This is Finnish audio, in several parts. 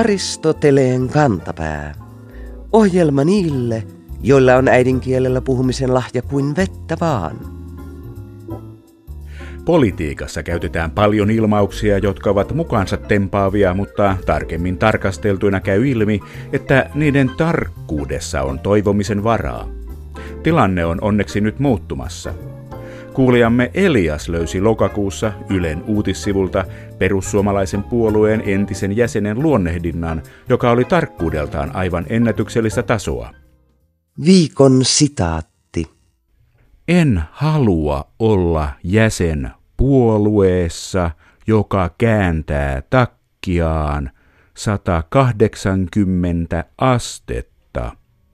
Aristoteleen kantapää. Ohjelma niille, joilla on äidinkielellä puhumisen lahja kuin vettä vaan. Politiikassa käytetään paljon ilmauksia, jotka ovat mukaansa tempaavia, mutta tarkemmin tarkasteltuina käy ilmi, että niiden tarkkuudessa on toivomisen varaa. Tilanne on onneksi nyt muuttumassa. Kuulijamme Elias löysi lokakuussa Ylen uutissivulta perussuomalaisen puolueen entisen jäsenen luonnehdinnan, joka oli tarkkuudeltaan aivan ennätyksellistä tasoa. Viikon sitaatti. En halua olla jäsen puolueessa, joka kääntää takkiaan 180 astetta.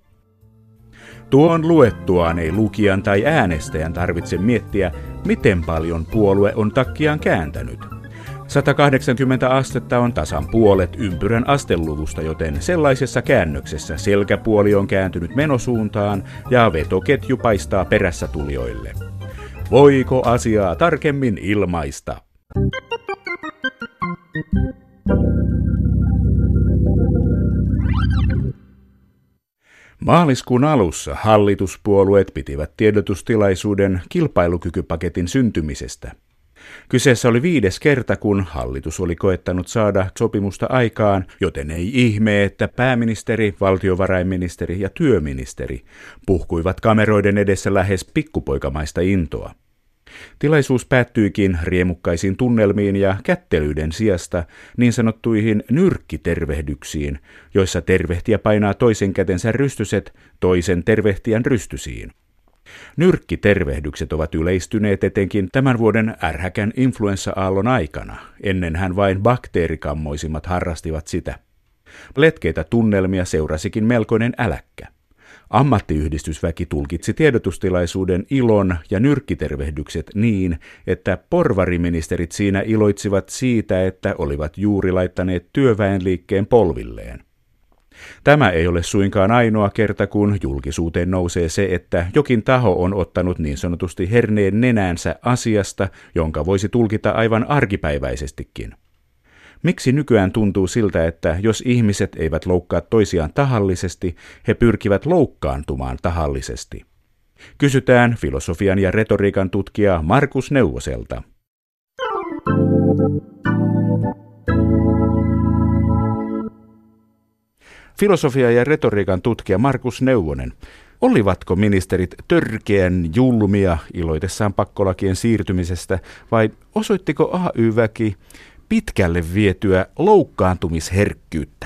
Tuon luettuaan ei lukijan tai äänestäjän tarvitse miettiä, miten paljon puolue on takkiaan kääntänyt. 180 astetta on tasan puolet ympyrän asteluvusta, joten sellaisessa käännöksessä selkäpuoli on kääntynyt menosuuntaan ja vetoketju paistaa perässä tulijoille. Voiko asiaa tarkemmin ilmaista? Maaliskuun alussa hallituspuolueet pitivät tiedotustilaisuuden kilpailukykypaketin syntymisestä. Kyseessä oli 5. kerta, kun hallitus oli koettanut saada sopimusta aikaan, joten ei ihme, että pääministeri, valtiovarainministeri ja työministeri puhkuivat kameroiden edessä lähes pikkupoikamaista intoa. Tilaisuus päättyikin riemukkaisiin tunnelmiin ja kättelyiden sijasta niin sanottuihin nyrkkitervehdyksiin, joissa tervehtiä painaa toisen kätensä rystyset toisen tervehtijän rystysiin. Nyrkkitervehdykset ovat yleistyneet etenkin tämän vuoden ärhäkän influenssa-aallon aikana. Ennenhän vain bakteerikammoisimmat harrastivat sitä. Letkeitä tunnelmia seurasikin melkoinen äläkkä. Ammattiyhdistysväki tulkitsi tiedotustilaisuuden ilon ja nyrkkitervehdykset niin, että porvariministerit siinä iloitsivat siitä, että olivat juuri laittaneet työväenliikkeen polvilleen. Tämä ei ole suinkaan ainoa kerta, kun julkisuuteen nousee se, että jokin taho on ottanut niin sanotusti herneen nenänsä asiasta, jonka voisi tulkita aivan arkipäiväisestikin. Miksi nykyään tuntuu siltä, että jos ihmiset eivät loukkaa toisiaan tahallisesti, he pyrkivät loukkaantumaan tahallisesti? Kysytään filosofian ja retoriikan tutkija Markus Neuvoselta. Filosofia ja retoriikan tutkija Markus Neuvonen. Olivatko ministerit törkeän julmia iloitessaan pakkolakien siirtymisestä vai osoittiko AY-väki pitkälle vietyä loukkaantumisherkkyyttä?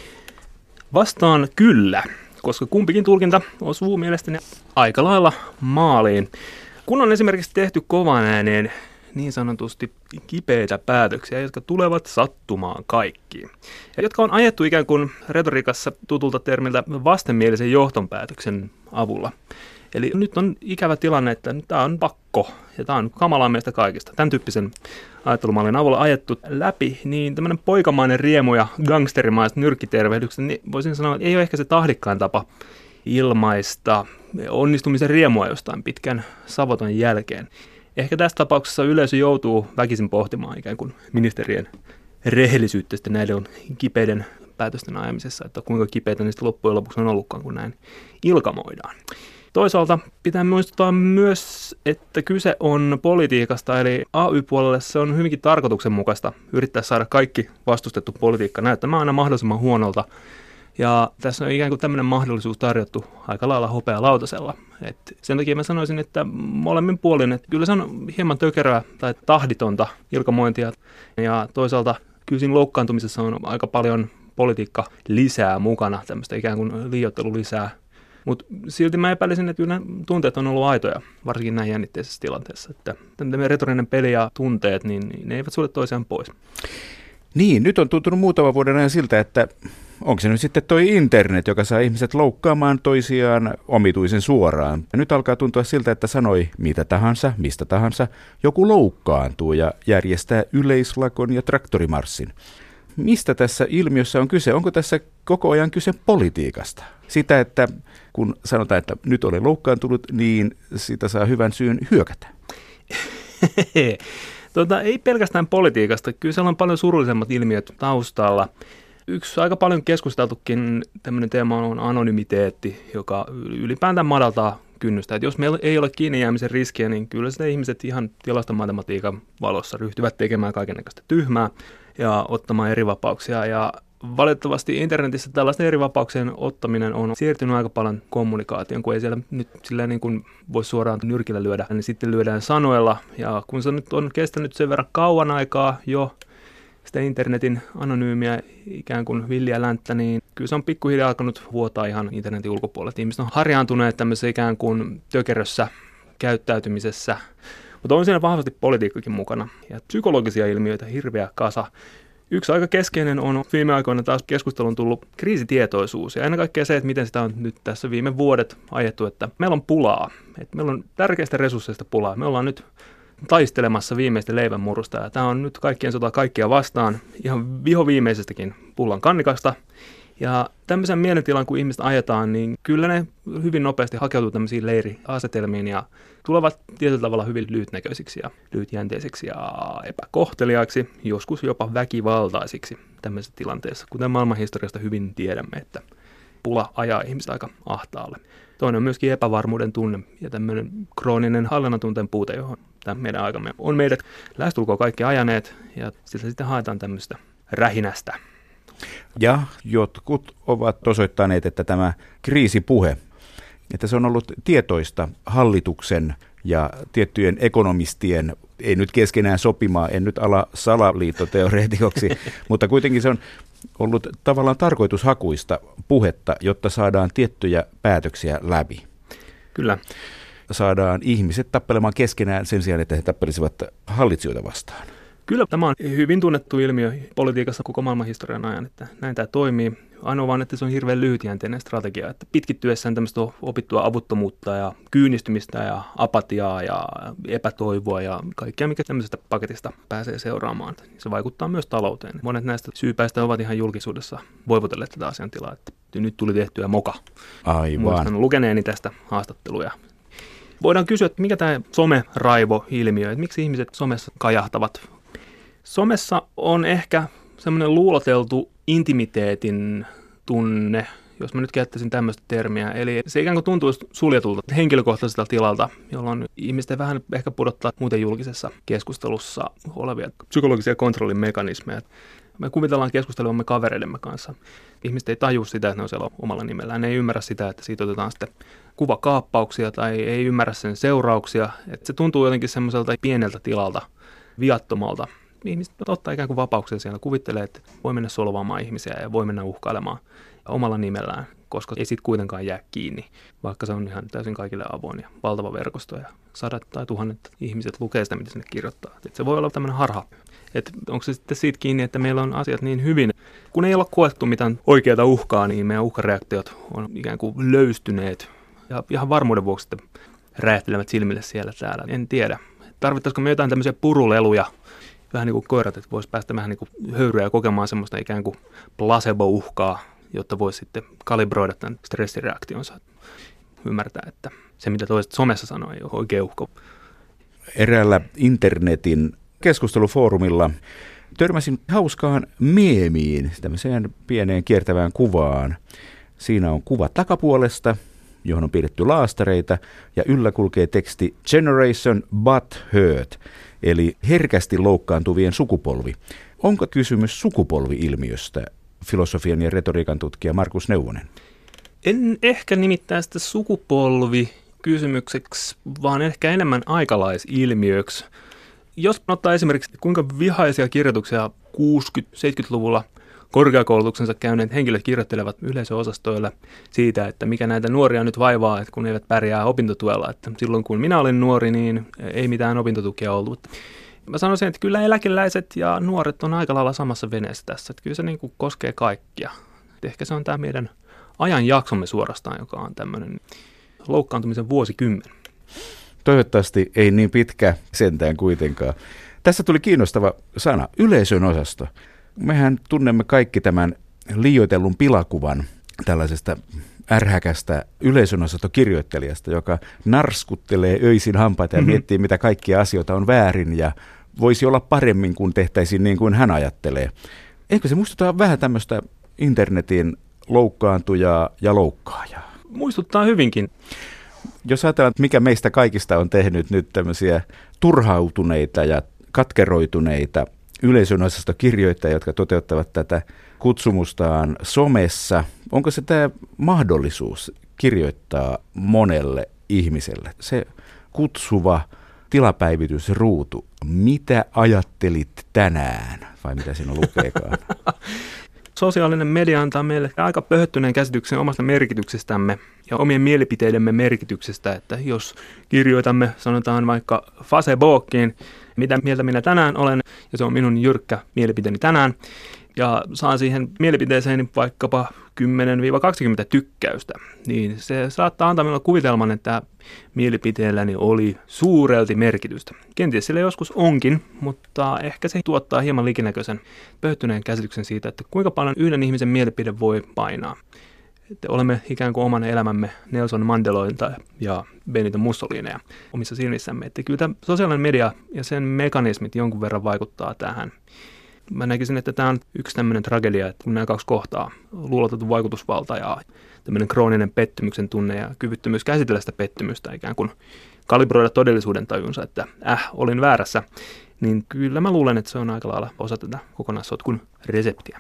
Vastaan kyllä, koska kumpikin tulkinta osuu mielestäni aika lailla maaliin. Kun on esimerkiksi tehty kovan ääneen niin sanotusti kipeitä päätöksiä, jotka tulevat sattumaan kaikkiin. Ja jotka on ajettu ikään kuin retoriikassa tutulta termiltä vastenmielisen johtopäätöksen avulla. Eli nyt on ikävä tilanne, että tämä on pakko ja tämä on kamalaa meistä kaikista. Tämän tyyppisen ajattelumallin avulla ajettu läpi, niin tämmöinen poikamainen riemu ja gangsterimaiset nyrkkitervehdykset, niin voisin sanoa, että ei ole ehkä se tahdikkain tapa ilmaista onnistumisen riemua jostain pitkän savoton jälkeen. Ehkä tässä tapauksessa yleisö joutuu väkisin pohtimaan ikään kuin ministerien rehellisyyttä sitten näiden kipeiden päätösten ajamisessa, että kuinka kipeitä niistä loppujen lopuksi on ollutkaan, kun näin ilkamoidaan. Toisaalta pitää muistuttaa myös, että kyse on politiikasta, eli AY-puolelle se on hyvinkin tarkoituksenmukaista yrittää saada kaikki vastustettu politiikka näyttämään aina mahdollisimman huonolta. Ja tässä on ikään kuin tämmöinen mahdollisuus tarjottu aika lailla hopealautasella. Et sen takia mä sanoisin, että molemmin puolin, että kyllä se on hieman tökerää tai tahditonta ilkamointia. Ja toisaalta kyllä siinä loukkaantumisessa on aika paljon politiikka lisää mukana, tämmöistä ikään kuin liioittelu lisää. Mutta silti mä epäilisin, että kyllä tunteet on ollut aitoja, varsinkin näin jännitteisessä tilanteessa. Että tämmöinen retorinen peli ja tunteet, niin ne eivät sulje toisiaan pois. Niin, nyt on tuntunut muutaman vuoden ajan siltä, että onko se nyt sitten toi internet, joka saa ihmiset loukkaamaan toisiaan omituisen suoraan. Ja nyt alkaa tuntua siltä, että sanoi mitä tahansa, mistä tahansa, joku loukkaantuu ja järjestää yleislakon ja traktorimarssin. Mistä tässä ilmiössä on kyse? Onko tässä koko ajan kyse politiikasta? Sitä, että kun sanotaan, että nyt olen loukkaantunut, niin sitä saa hyvän syyn hyökätä. Ei pelkästään politiikasta. Kyllä siellä on paljon surullisemmat ilmiöt taustalla. Yksi aika paljon keskusteltukin tämmöinen teema on anonymiteetti, joka ylipäätään madaltaa kynnystä. Että jos meillä ei ole kiinni jäämisen riskiä, niin kyllä sitä ihmiset ihan tilastomatematiikan valossa ryhtyvät tekemään kaikennäköistä tyhmää ja ottamaan eri vapauksia. Ja valitettavasti internetissä tällaisten eri vapauksien ottaminen on siirtynyt aika paljon kommunikaatioon, kun ei siellä nyt silleen niin kuin voi suoraan nyrkillä lyödä, niin sitten lyödään sanoilla. Ja kun se nyt on kestänyt sen verran kauan aikaa jo, sitä internetin anonyymiä ikään kuin villiä länttä, niin kyllä se on pikkuhiljaa alkanut vuotaa ihan internetin ulkopuolella. Ihmiset on harjaantuneet tämmöisessä ikään kuin tökerössä käyttäytymisessä, mutta on siinä vahvasti politiikkakin mukana ja psykologisia ilmiöitä hirveä kasa. Yksi aika keskeinen on viime aikoina taas keskusteluun tullut kriisitietoisuus ja ennen kaikkea se, että miten sitä on nyt tässä viime vuodet ajettu, että meillä on pulaa, että meillä on tärkeistä resursseista pulaa. Me ollaan nyt taistelemassa viimeistä leivänmurusta ja tämä on nyt kaikkien sota kaikkia vastaan ihan vihoviimeisestäkin pullan kannikasta. Ja tämmöisen mielentilan, kun ihmiset ajetaan, niin kyllä ne hyvin nopeasti hakeutuu tämmöisiin leiriasetelmiin ja tulevat tietyllä tavalla hyvin lyhytnäköisiksi ja lyhytjänteisiksi ja epäkohteliaiksi, joskus jopa väkivaltaisiksi tämmöisessä tilanteessa, kuten maailmanhistoriasta hyvin tiedämme, että pula ajaa ihmiset aika ahtaalle. Toinen on myöskin epävarmuuden tunne ja tämmöinen krooninen hallinnantunteen puute, johon tämä meidän aikamme on meidät lähestulkoon kaikki ajaneet ja siltä sitten haetaan tämmöistä rähinästä. Ja jotkut ovat osoittaneet, että tämä kriisipuhe, että se on ollut tietoista hallituksen ja tiettyjen ekonomistien, ei nyt keskenään sopimaa, en nyt ala salaliittoteoreetikoksi, mutta kuitenkin se on ollut tavallaan tarkoitushakuista puhetta, jotta saadaan tiettyjä päätöksiä läpi. Kyllä. Saadaan ihmiset tappelemaan keskenään sen sijaan, että he tappelisivat hallitsijoita vastaan. Kyllä tämä on hyvin tunnettu ilmiö politiikassa koko maailman historian ajan, että näin tämä toimii. Ainoa vaan, että se on hirveän lyhytjänteinen strategia, että pitkittyessään tämmöistä opittua avuttomuutta ja kyynistymistä ja apatiaa ja epätoivoa ja kaikkea, mikä tämmöisestä paketista pääsee seuraamaan. Se vaikuttaa myös talouteen. Monet näistä syypäistä ovat ihan julkisuudessa voivotelleet tätä asiantilaa, että nyt tuli tehtyä moka. Aivan. Muistan lukeneeni tästä haastatteluja. Voidaan kysyä, että mikä tämä someraivo-ilmiö, että miksi ihmiset somessa kajahtavat. Somessa on ehkä semmoinen luuloteltu intimiteetin tunne, jos mä nyt käyttäisin tämmöistä termiä. Eli se ikään kuin tuntuu suljetulta henkilökohtaiselta tilalta, jolloin ihmisten vähän ehkä pudottaa muuten julkisessa keskustelussa olevia psykologisia kontrollin mekanismeja. Me kuvitellaan keskustelevamme kavereidemme kanssa. Ihmiset ei tajua sitä, että ne on siellä omalla nimellään. Ne ei ymmärrä sitä, että siitä otetaan sitten kuvakaappauksia tai ei ymmärrä sen seurauksia. Että se tuntuu jotenkin semmoiselta pieneltä tilalta, viattomalta. Ihmiset ottaa ikään kuin vapauksia siellä, kuvittelee, että voi mennä solvaamaan ihmisiä ja voi mennä uhkailemaan omalla nimellään, koska ei sitten kuitenkaan jää kiinni, vaikka se on ihan täysin kaikille avoin ja valtava verkosto ja 100 tai 1000 ihmiset lukee sitä, mitä sinne kirjoittaa. Että se voi olla tämmöinen harha. Että onko se sitten siitä kiinni, että meillä on asiat niin hyvin. Kun ei olla koettu mitään oikeaa uhkaa, niin meidän uhkareaktiot on ikään kuin löystyneet ja ihan varmuuden vuoksi sitten räjähtelevät silmille siellä täällä. En tiedä. Tarvittaisiko me jotain tämmöisiä puruleluja, vähän niin kuin koirat, että voisi päästä vähän niin kuin höyryä ja kokemaan semmoista ikään kuin placebo-uhkaa, jotta voisi sitten kalibroida tämän stressireaktionsa. Ymmärtää, että se mitä toiset somessa sanoo ei ole oikea uhka. Eräällä internetin keskustelufoorumilla törmäsin hauskaan meemiin, tämmöiseen pieneen kiertävään kuvaan. Siinä on kuva takapuolesta, johon on piirretty laastareita, ja yllä kulkee teksti Generation But Hurt, eli herkästi loukkaantuvien sukupolvi. Onko kysymys sukupolvi-ilmiöstä, filosofian ja retoriikan tutkija Markus Neuvonen? En ehkä nimittäin sitä sukupolvikysymykseksi, vaan ehkä enemmän aikalaisilmiöksi. Jos ottaa esimerkiksi, kuinka vihaisia kirjoituksia 60-70-luvulla korkeakoulutuksensa käyneet henkilöt kirjoittelevat yleisöosastoille siitä, että mikä näitä nuoria nyt vaivaa, että kun eivät pärjää opintotuella. Että silloin kun minä olin nuori, niin ei mitään opintotukia ollut. Mä sanoisin, että kyllä eläkeläiset ja nuoret on aika lailla samassa veneessä tässä. Että kyllä se niin kuin koskee kaikkia. Että ehkä se on tämä meidän ajanjaksomme suorastaan, joka on tämmöinen loukkaantumisen vuosikymmen. Toivottavasti ei niin pitkä sentään kuitenkaan. Tässä tuli kiinnostava sana, yleisön osasto. Mehän tunnemme kaikki tämän liioitellun pilakuvan tällaisesta ärhäkästä yleisönosastokirjoittelijasta, joka narskuttelee öisin hampaita ja miettii, mitä kaikkia asioita on väärin ja voisi olla paremmin, kun tehtäisiin niin kuin hän ajattelee. Eikö se muistuta vähän tämmöistä internetin loukkaantujaa ja loukkaajaa? Muistuttaa hyvinkin. Jos ajatellaan, että mikä meistä kaikista on tehnyt nyt tämmöisiä turhautuneita ja katkeroituneita yleisönosastokirjoittajia, jotka toteuttavat tätä kutsumustaan somessa, onko se tämä mahdollisuus kirjoittaa monelle ihmiselle? Se kutsuva tilapäivitysruutu. Mitä ajattelit tänään? Vai mitä siinä lukeekaan? Sosiaalinen media antaa meille aika pöhöttyneen käsityksen omasta merkityksestämme ja omien mielipiteidemme merkityksestä, että jos kirjoitamme, sanotaan vaikka Facebookiin, mitä mieltä minä tänään olen, ja se on minun jyrkkä mielipiteeni tänään, ja saan siihen mielipiteeseen vaikkapa 10-20 tykkäystä, niin se saattaa antaa minulle kuvitelman, että mielipiteelläni oli suurelti merkitystä. Kenties sillä joskus onkin, mutta ehkä se tuottaa hieman likinäköisen pöhöttyneen käsityksen siitä, että kuinka paljon yhden ihmisen mielipide voi painaa. Että olemme ikään kuin oman elämämme Nelson Mandeloita ja Benito Mussolineja omissa silmissämme. Että kyllä tämä sosiaalinen media ja sen mekanismit jonkun verran vaikuttaa tähän. Mä näkisin, että tämä on yksi tämmöinen tragedia, että kun nämä kaksi kohtaa, luulotettu vaikutusvalta ja tämmöinen krooninen pettymyksen tunne ja kyvyttömyys käsitellä sitä pettymystä, ikään kuin kalibroida todellisuuden tajunsa, että olin väärässä, niin kyllä mä luulen, että se on aika lailla osa tätä kokonaissotkun reseptiä.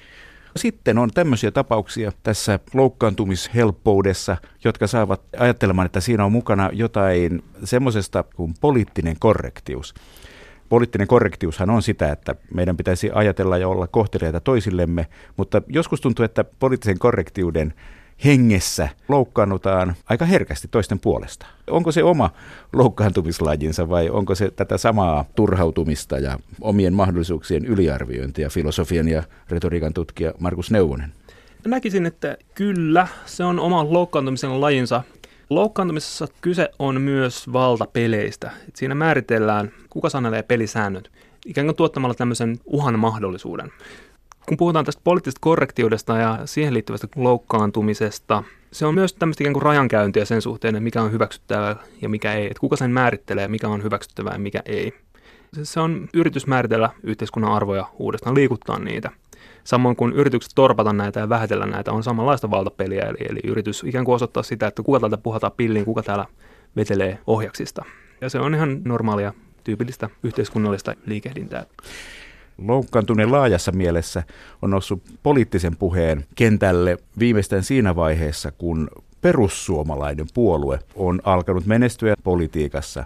Sitten on tämmöisiä tapauksia tässä loukkaantumishelppoudessa, jotka saavat ajattelemaan, että siinä on mukana jotain semmoisesta kuin poliittinen korrektius. Poliittinen korrektiushan on sitä, että meidän pitäisi ajatella ja olla kohteliaita toisillemme, mutta joskus tuntuu, että poliittisen korrektiuden hengessä loukkaannutaan aika herkästi toisten puolesta. Onko se oma loukkaantumislajinsa vai onko se tätä samaa turhautumista ja omien mahdollisuuksien yliarviointia, filosofian ja retoriikan tutkija Markus Neuvonen? Näkisin, että kyllä, se on oma loukkaantumisen lajinsa. Loukkaantumisessa kyse on myös valtapeleistä. Siinä määritellään, kuka sanelee pelisäännöt, ikään kuin tuottamalla tämmöisen uhan mahdollisuuden. Kun puhutaan tästä poliittisesta korrektiudesta ja siihen liittyvästä loukkaantumisesta, se on myös tämmöistä ikään kuin rajankäyntiä sen suhteen, että mikä on hyväksyttävää ja mikä ei. Että kuka sen määrittelee, mikä on hyväksyttävää ja mikä ei. Se on yritys määritellä yhteiskunnan arvoja uudestaan, liikuttaa niitä. Samoin kuin yritykset torpata näitä ja vähätellä näitä on samanlaista valtapeliä, eli yritys ikään kuin osoittaa sitä, että kuka täältä puhaltaa pilliin, kuka täällä vetelee ohjaksista. Ja se on ihan normaalia, tyypillistä yhteiskunnallista liikehdintää. Loukkaantuneen laajassa mielessä on noussut poliittisen puheen kentälle viimeistään siinä vaiheessa, kun perussuomalainen puolue on alkanut menestyä politiikassa.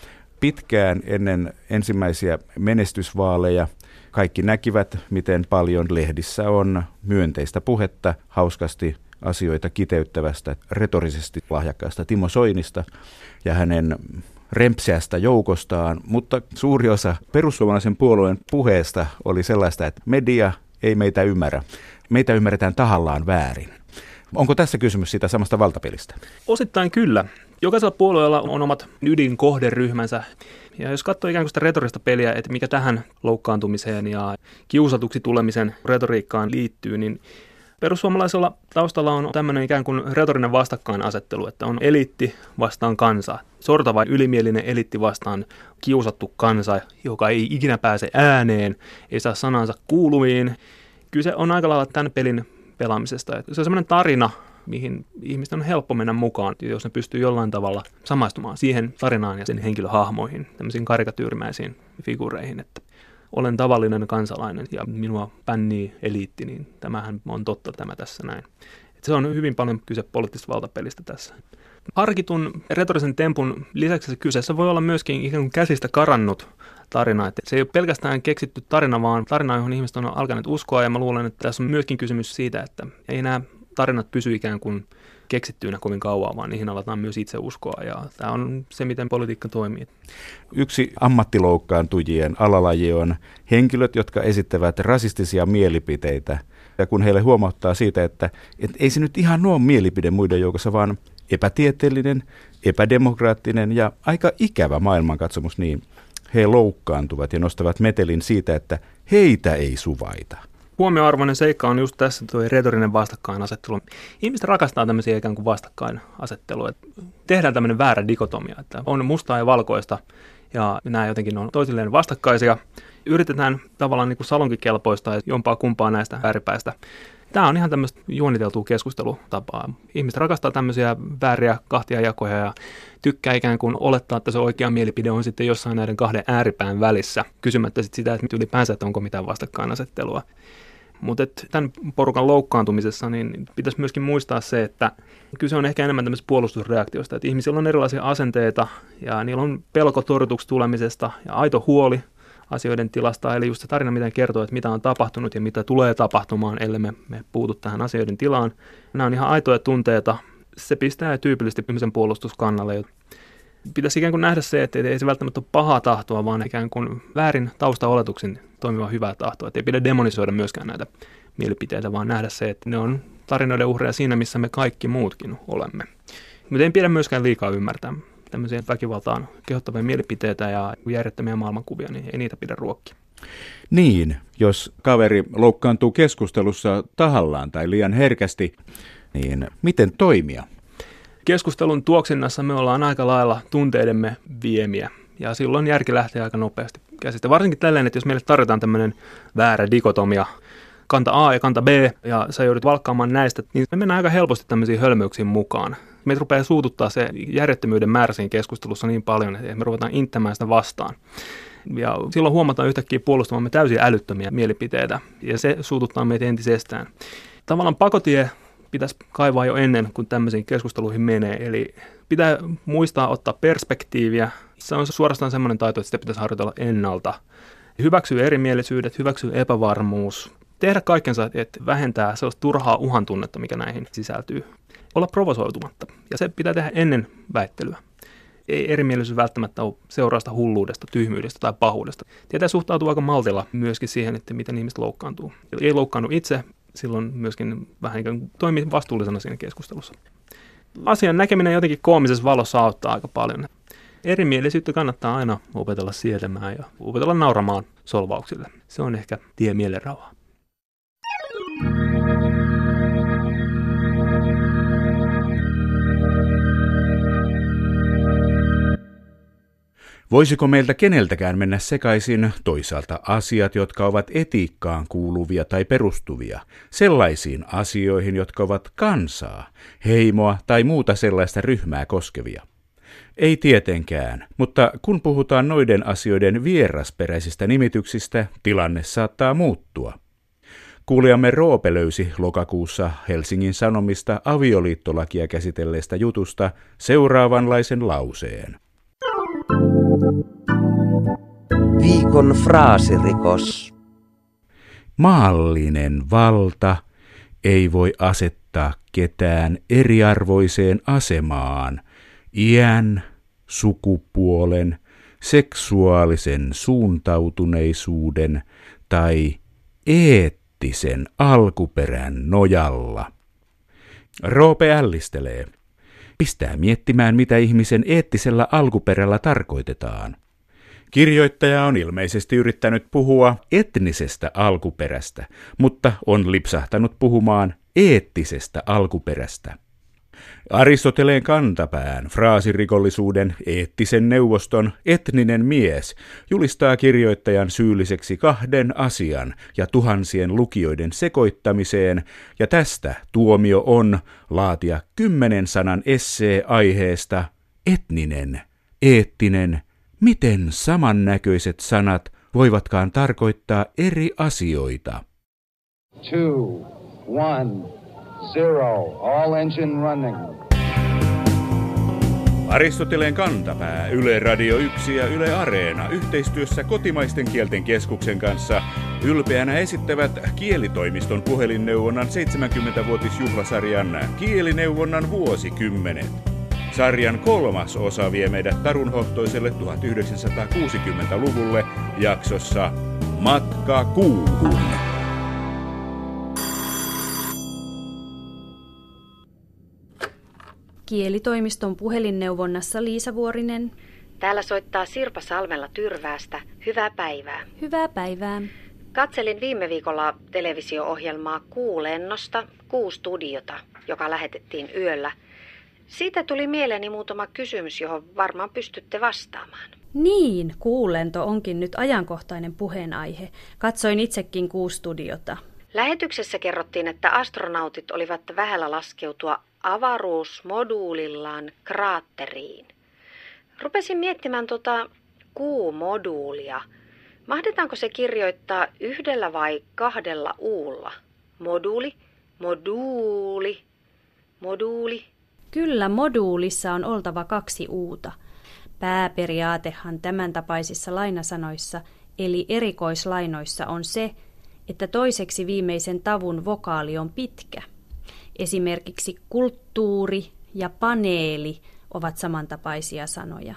Pitkään ennen ensimmäisiä menestysvaaleja kaikki näkivät, miten paljon lehdissä on myönteistä puhetta, hauskasti asioita kiteyttävästä, retorisesti lahjakkaasta Timo Soinista ja hänen rempseästä joukostaan, mutta suuri osa perussuomalaisen puolueen puheesta oli sellaista, että media ei meitä ymmärrä. Meitä ymmärretään tahallaan väärin. Onko tässä kysymys siitä samasta valtapelistä? Osittain kyllä. Jokaisella puolueella on omat ydinkohderyhmänsä. Ja jos katsoo ikään kuin sitä retorista peliä, että mikä tähän loukkaantumiseen ja kiusatuksi tulemisen retoriikkaan liittyy, niin perussuomalaisella taustalla on tämmöinen ikään kuin retorinen vastakkainasettelu, että on eliitti vastaan kansa. Sortava ylimielinen eliitti vastaan kiusattu kansa, joka ei ikinä pääse ääneen, ei saa sanansa kuuluviin. Kyse on aika lailla tämän pelin pelaamisesta. Se on semmoinen tarina, mihin ihmisten on helppo mennä mukaan, jos ne pystyy jollain tavalla samaistumaan siihen tarinaan ja sen henkilöhahmoihin, tämmöisiin karikatyyrimäisiin figureihin, että olen tavallinen kansalainen ja minua pännii eliitti, niin tämähän on totta tämä tässä näin. Että se on hyvin paljon kyse poliittisesta valtapelistä tässä. Harkitun retorisen tempun lisäksi kyseessä voi olla myöskin ikään kuin käsistä karannut tarina. Että se ei ole pelkästään keksitty tarina, vaan tarina, johon ihmiset on alkaneet uskoa, ja mä luulen, että tässä on myöskin kysymys siitä, että ei nämä tarinat pysy ikään kuin keksittyinä kovin kauan, vaan niihin aletaan myös itse uskoa, ja tämä on se, miten politiikka toimii. Yksi ammattiloukkaantujien alalaji on henkilöt, jotka esittävät rasistisia mielipiteitä, ja kun heille huomauttaa siitä, että ei se nyt ihan ole mielipide muiden joukossa, vaan epätieteellinen, epädemokraattinen ja aika ikävä maailmankatsomus, niin he loukkaantuvat ja nostavat metelin siitä, että heitä ei suvaita. Huomioarvoinen seikka on just tässä tuo retorinen vastakkainasettelu. Ihmiset rakastaa tämmöisiä ikään kuin vastakkainasettelua. Tehdään tämmöinen väärä dikotomia, että on mustaa ja valkoista ja nämä jotenkin on toisilleen vastakkaisia. Yritetään tavallaan niin kuin salonkikelpoista ja jompaa kumpaa näistä ääripäistä. Tämä on ihan tämmöistä juoniteltua keskustelutapaa. Ihmiset rakastaa tämmöisiä vääriä kahtiajakoja ja tykkää ikään kuin olettaa, että se oikea mielipide on sitten jossain näiden kahden ääripään välissä, kysymättä sitten sitä, että ylipäänsä, että onko mitään vastakkainasettelua. Mutta tämän porukan loukkaantumisessa niin pitäisi myöskin muistaa se, että kyse on ehkä enemmän tämmöisestä puolustusreaktiosta, että ihmisillä on erilaisia asenteita ja niillä on pelko torjutuksi tulemisesta ja aito huoli asioiden tilasta, eli just se tarina, mitä kertoo, että mitä on tapahtunut ja mitä tulee tapahtumaan, ellei me puutu tähän asioiden tilaan. Nämä on ihan aitoja tunteita. Se pistää tyypillisesti ihmisen puolustuskannalle. Pitäisi ikään kuin nähdä se, että ei se välttämättä ole pahaa tahtoa, vaan ikään kuin väärin taustaoletuksin toimiva hyvää tahtoa. Että ei pidä demonisoida myöskään näitä mielipiteitä, vaan nähdä se, että ne on tarinoiden uhreja siinä, missä me kaikki muutkin olemme. Mutta ei pidä myöskään liikaa ymmärtää tämmöisiä väkivaltaan kehottavia mielipiteitä ja järjettömiä maailmankuvia, niin ei niitä pidä ruokkia. Niin, jos kaveri loukkaantuu keskustelussa tahallaan tai liian herkästi, niin miten toimia? Keskustelun tuoksinnassa me ollaan aika lailla tunteidemme viemiä, ja silloin järki lähtee aika nopeasti käsistä. Varsinkin tällainen, että jos meille tarjotaan tämmöinen väärä dikotomia, kanta A ja kanta B, ja sä joudut valkkaamaan näistä, niin me mennään aika helposti tämmöisiin hölmöyksiin mukaan. Meitä rupeaa suututtaa se järjettömyyden määrä siinä keskustelussa niin paljon, että me ruvetaan inttämään sitä vastaan. Ja silloin huomataan yhtäkkiä puolustamamme täysin älyttömiä mielipiteitä, ja se suututtaa meitä entisestään. Tavallaan pakotie pitäisi kaivaa jo ennen kuin tämmöisiin keskusteluihin menee, eli pitää muistaa ottaa perspektiiviä. Se on suorastaan semmoinen taito, että sitä pitäisi harjoitella ennalta. Hyväksyä erimielisyydet, hyväksyä epävarmuus, tehdä kaikkensa, että vähentää sellaista turhaa uhan tunnetta, mikä näihin sisältyy. Olla provosoitumatta, ja se pitää tehdä ennen väittelyä. Ei erimielisyys välttämättä ole seurausta hulluudesta, tyhmyydestä tai pahuudesta. Tietää suhtautua aika maltilla myöskin siihen, että miten ihmiset loukkaantuu. Eli ei loukkaannu itse, silloin myöskin vähän ikään kuin toimii vastuullisena siinä keskustelussa. Asian näkeminen jotenkin koomisessa valossa auttaa aika paljon. Erimielisyyttä kannattaa aina opetella sietämään ja opetella nauramaan solvauksille. Se on ehkä tie mielenrauhaan. Voisiko meiltä keneltäkään mennä sekaisin toisaalta asiat, jotka ovat etiikkaan kuuluvia tai perustuvia, sellaisiin asioihin, jotka ovat kansaa, heimoa tai muuta sellaista ryhmää koskevia? Ei tietenkään, mutta kun puhutaan noiden asioiden vierasperäisistä nimityksistä, tilanne saattaa muuttua. Kuulijamme Roope löysi lokakuussa Helsingin Sanomista avioliittolakia käsitelleestä jutusta seuraavanlaisen lauseen. Viikon fraasirikos. Maallinen valta ei voi asettaa ketään eriarvoiseen asemaan iän, sukupuolen, seksuaalisen suuntautuneisuuden tai eettisen alkuperän nojalla. Roope ällistelee. Pistää miettimään, mitä ihmisen eettisellä alkuperällä tarkoitetaan. Kirjoittaja on ilmeisesti yrittänyt puhua etnisestä alkuperästä, mutta on lipsahtanut puhumaan eettisestä alkuperästä. Aristoteleen kantapään fraasirikollisuuden eettisen neuvoston etninen mies julistaa kirjoittajan syylliseksi 2 asian ja tuhansien lukijoiden sekoittamiseen, ja tästä tuomio on laatia 10 sanan essee aiheesta etninen, eettinen, miten samannäköiset sanat voivatkaan tarkoittaa eri asioita. 2, 1, 0, all engine running. Aristoteleen kantapää, Yle Radio 1 ja Yle Areena yhteistyössä Kotimaisten kielten keskuksen kanssa ylpeänä esittävät Kielitoimiston puhelinneuvonnan 70-vuotisjuhlasarjan Kielineuvonnan vuosikymmenet. Sarjan 3. osa vie meidät tarunhohtoiselle 1960-luvulle jaksossa Matka kuuhun. Kielitoimiston puhelinneuvonnassa Liisa Vuorinen. Täällä soittaa Sirpa Salmela Tyrväästä. Hyvää päivää. Hyvää päivää. Katselin viime viikolla televisio-ohjelmaa Kuulennosta, Kuustudiota, joka lähetettiin yöllä. Siitä tuli mieleeni muutama kysymys, johon varmaan pystytte vastaamaan. Niin, Kuulento onkin nyt ajankohtainen puheenaihe. Katsoin itsekin Kuustudiota. Lähetyksessä kerrottiin, että astronautit olivat vähällä laskeutua avaruusmoduulillaan kraatteriin. Rupesin miettimään Q-moduulia. Mahdetaanko se kirjoittaa yhdellä vai kahdella uulla? Moduuli, moduuli, moduuli. Kyllä moduulissa on oltava 2 uuta. Pääperiaatehan tämän tapaisissa lainasanoissa eli erikoislainoissa on se, että toiseksi viimeisen tavun vokaali on pitkä. Esimerkiksi kulttuuri ja paneeli ovat samantapaisia sanoja.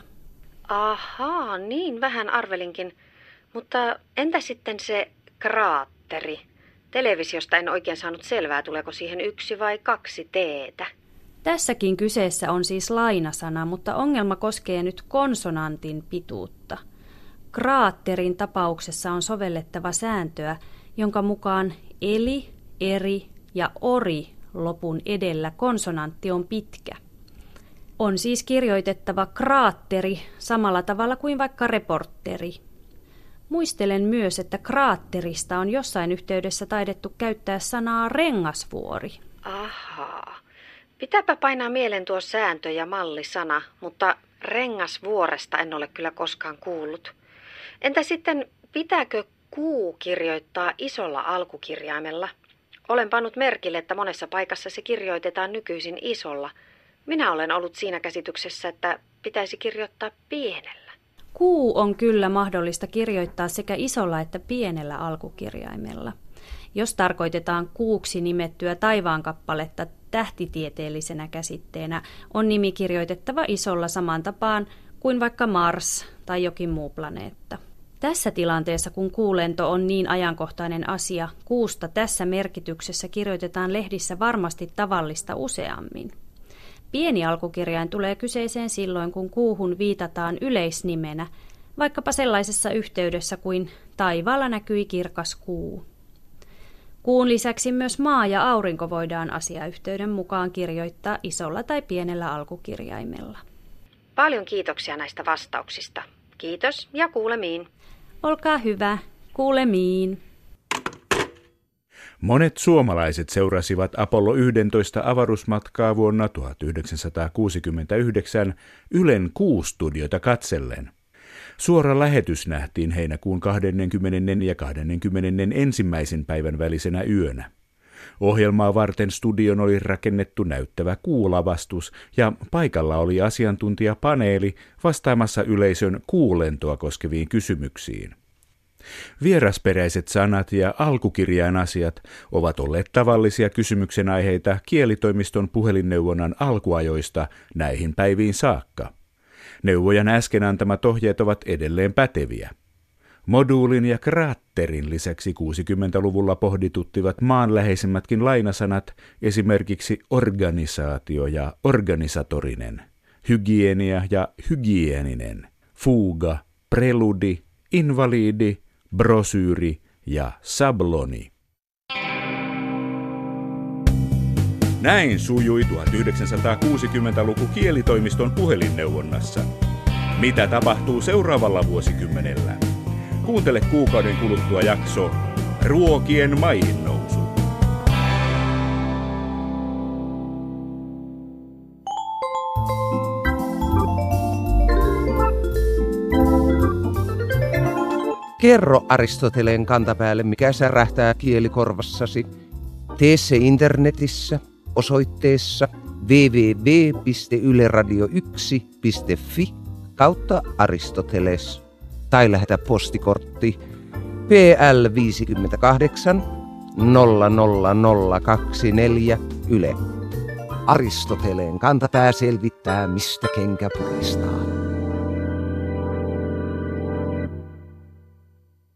Ahaa, niin vähän arvelinkin. Mutta entä sitten se kraatteri? Televisiosta en oikein saanut selvää, tuleeko siihen 1 vai 2 teetä. Tässäkin kyseessä on siis lainasana, mutta ongelma koskee nyt konsonantin pituutta. Kraatterin tapauksessa on sovellettava sääntöä, jonka mukaan eli, eri ja ori lopun edellä konsonantti on pitkä. On siis kirjoitettava kraatteri samalla tavalla kuin vaikka reporteri. Muistelen myös, että kraatterista on jossain yhteydessä taidettu käyttää sanaa rengasvuori. Ahaa. Pitääpä painaa mieleen tuo sääntö- ja mallisana, mutta rengasvuoresta en ole kyllä koskaan kuullut. Entä sitten, pitääkö kuu kirjoittaa isolla alkukirjaimella? Olen pannut merkille, että monessa paikassa se kirjoitetaan nykyisin isolla. Minä olen ollut siinä käsityksessä, että pitäisi kirjoittaa pienellä. Kuu on kyllä mahdollista kirjoittaa sekä isolla että pienellä alkukirjaimella. Jos tarkoitetaan kuuksi nimettyä taivaankappaletta tähtitieteellisenä käsitteenä, on nimi kirjoitettava isolla samaan tapaan kuin vaikka Mars tai jokin muu planeetta. Tässä tilanteessa, kun kuulento on niin ajankohtainen asia, kuusta tässä merkityksessä kirjoitetaan lehdissä varmasti tavallista useammin. Pieni alkukirjain tulee kyseeseen silloin, kun kuuhun viitataan yleisnimenä, vaikkapa sellaisessa yhteydessä kuin taivaalla näkyi kirkas kuu. Kuun lisäksi myös maa ja aurinko voidaan asiayhteyden mukaan kirjoittaa isolla tai pienellä alkukirjaimella. Paljon kiitoksia näistä vastauksista. Kiitos ja kuulemiin. Olkaa hyvä, kuulemiin. Monet suomalaiset seurasivat Apollo 11 avaruusmatkaa vuonna 1969 Ylen Q-studiota katsellen. Suora lähetys nähtiin heinäkuun 20. ja 21. päivän välisenä yönä. Ohjelmaa varten studion oli rakennettu näyttävä kuulavastus ja paikalla oli asiantuntijapaneeli vastaamassa yleisön kuulentoa koskeviin kysymyksiin. Vierasperäiset sanat ja alkukirjainasiat ovat olleet tavallisia kysymyksen aiheita kielitoimiston puhelinneuvonnan alkuajoista näihin päiviin saakka. Neuvojan äsken antamat ohjeet ovat edelleen päteviä. Moduulin ja kraatterin lisäksi 60-luvulla pohdituttivat maanläheisemmätkin lainasanat, esimerkiksi organisaatio ja organisatorinen, hygienia ja hygieninen, fuuga, preludi, invalidi, brosyyri ja sabloni. Näin sujui 1960-luku kielitoimiston puhelinneuvonnassa. Mitä tapahtuu seuraavalla vuosikymmenellä? Kuuntele kuukauden kuluttua jakso Ruokien maihin nousu. Kerro Aristoteleen kantapäälle, mikä särähtää kielikorvassasi. Tee se internetissä osoitteessa www.yleradio1.fi/Aristoteles tai lähetä postikortti PL 58 00024 Yle. Aristoteleen kantapää selvittää, mistä kenkä puristaa.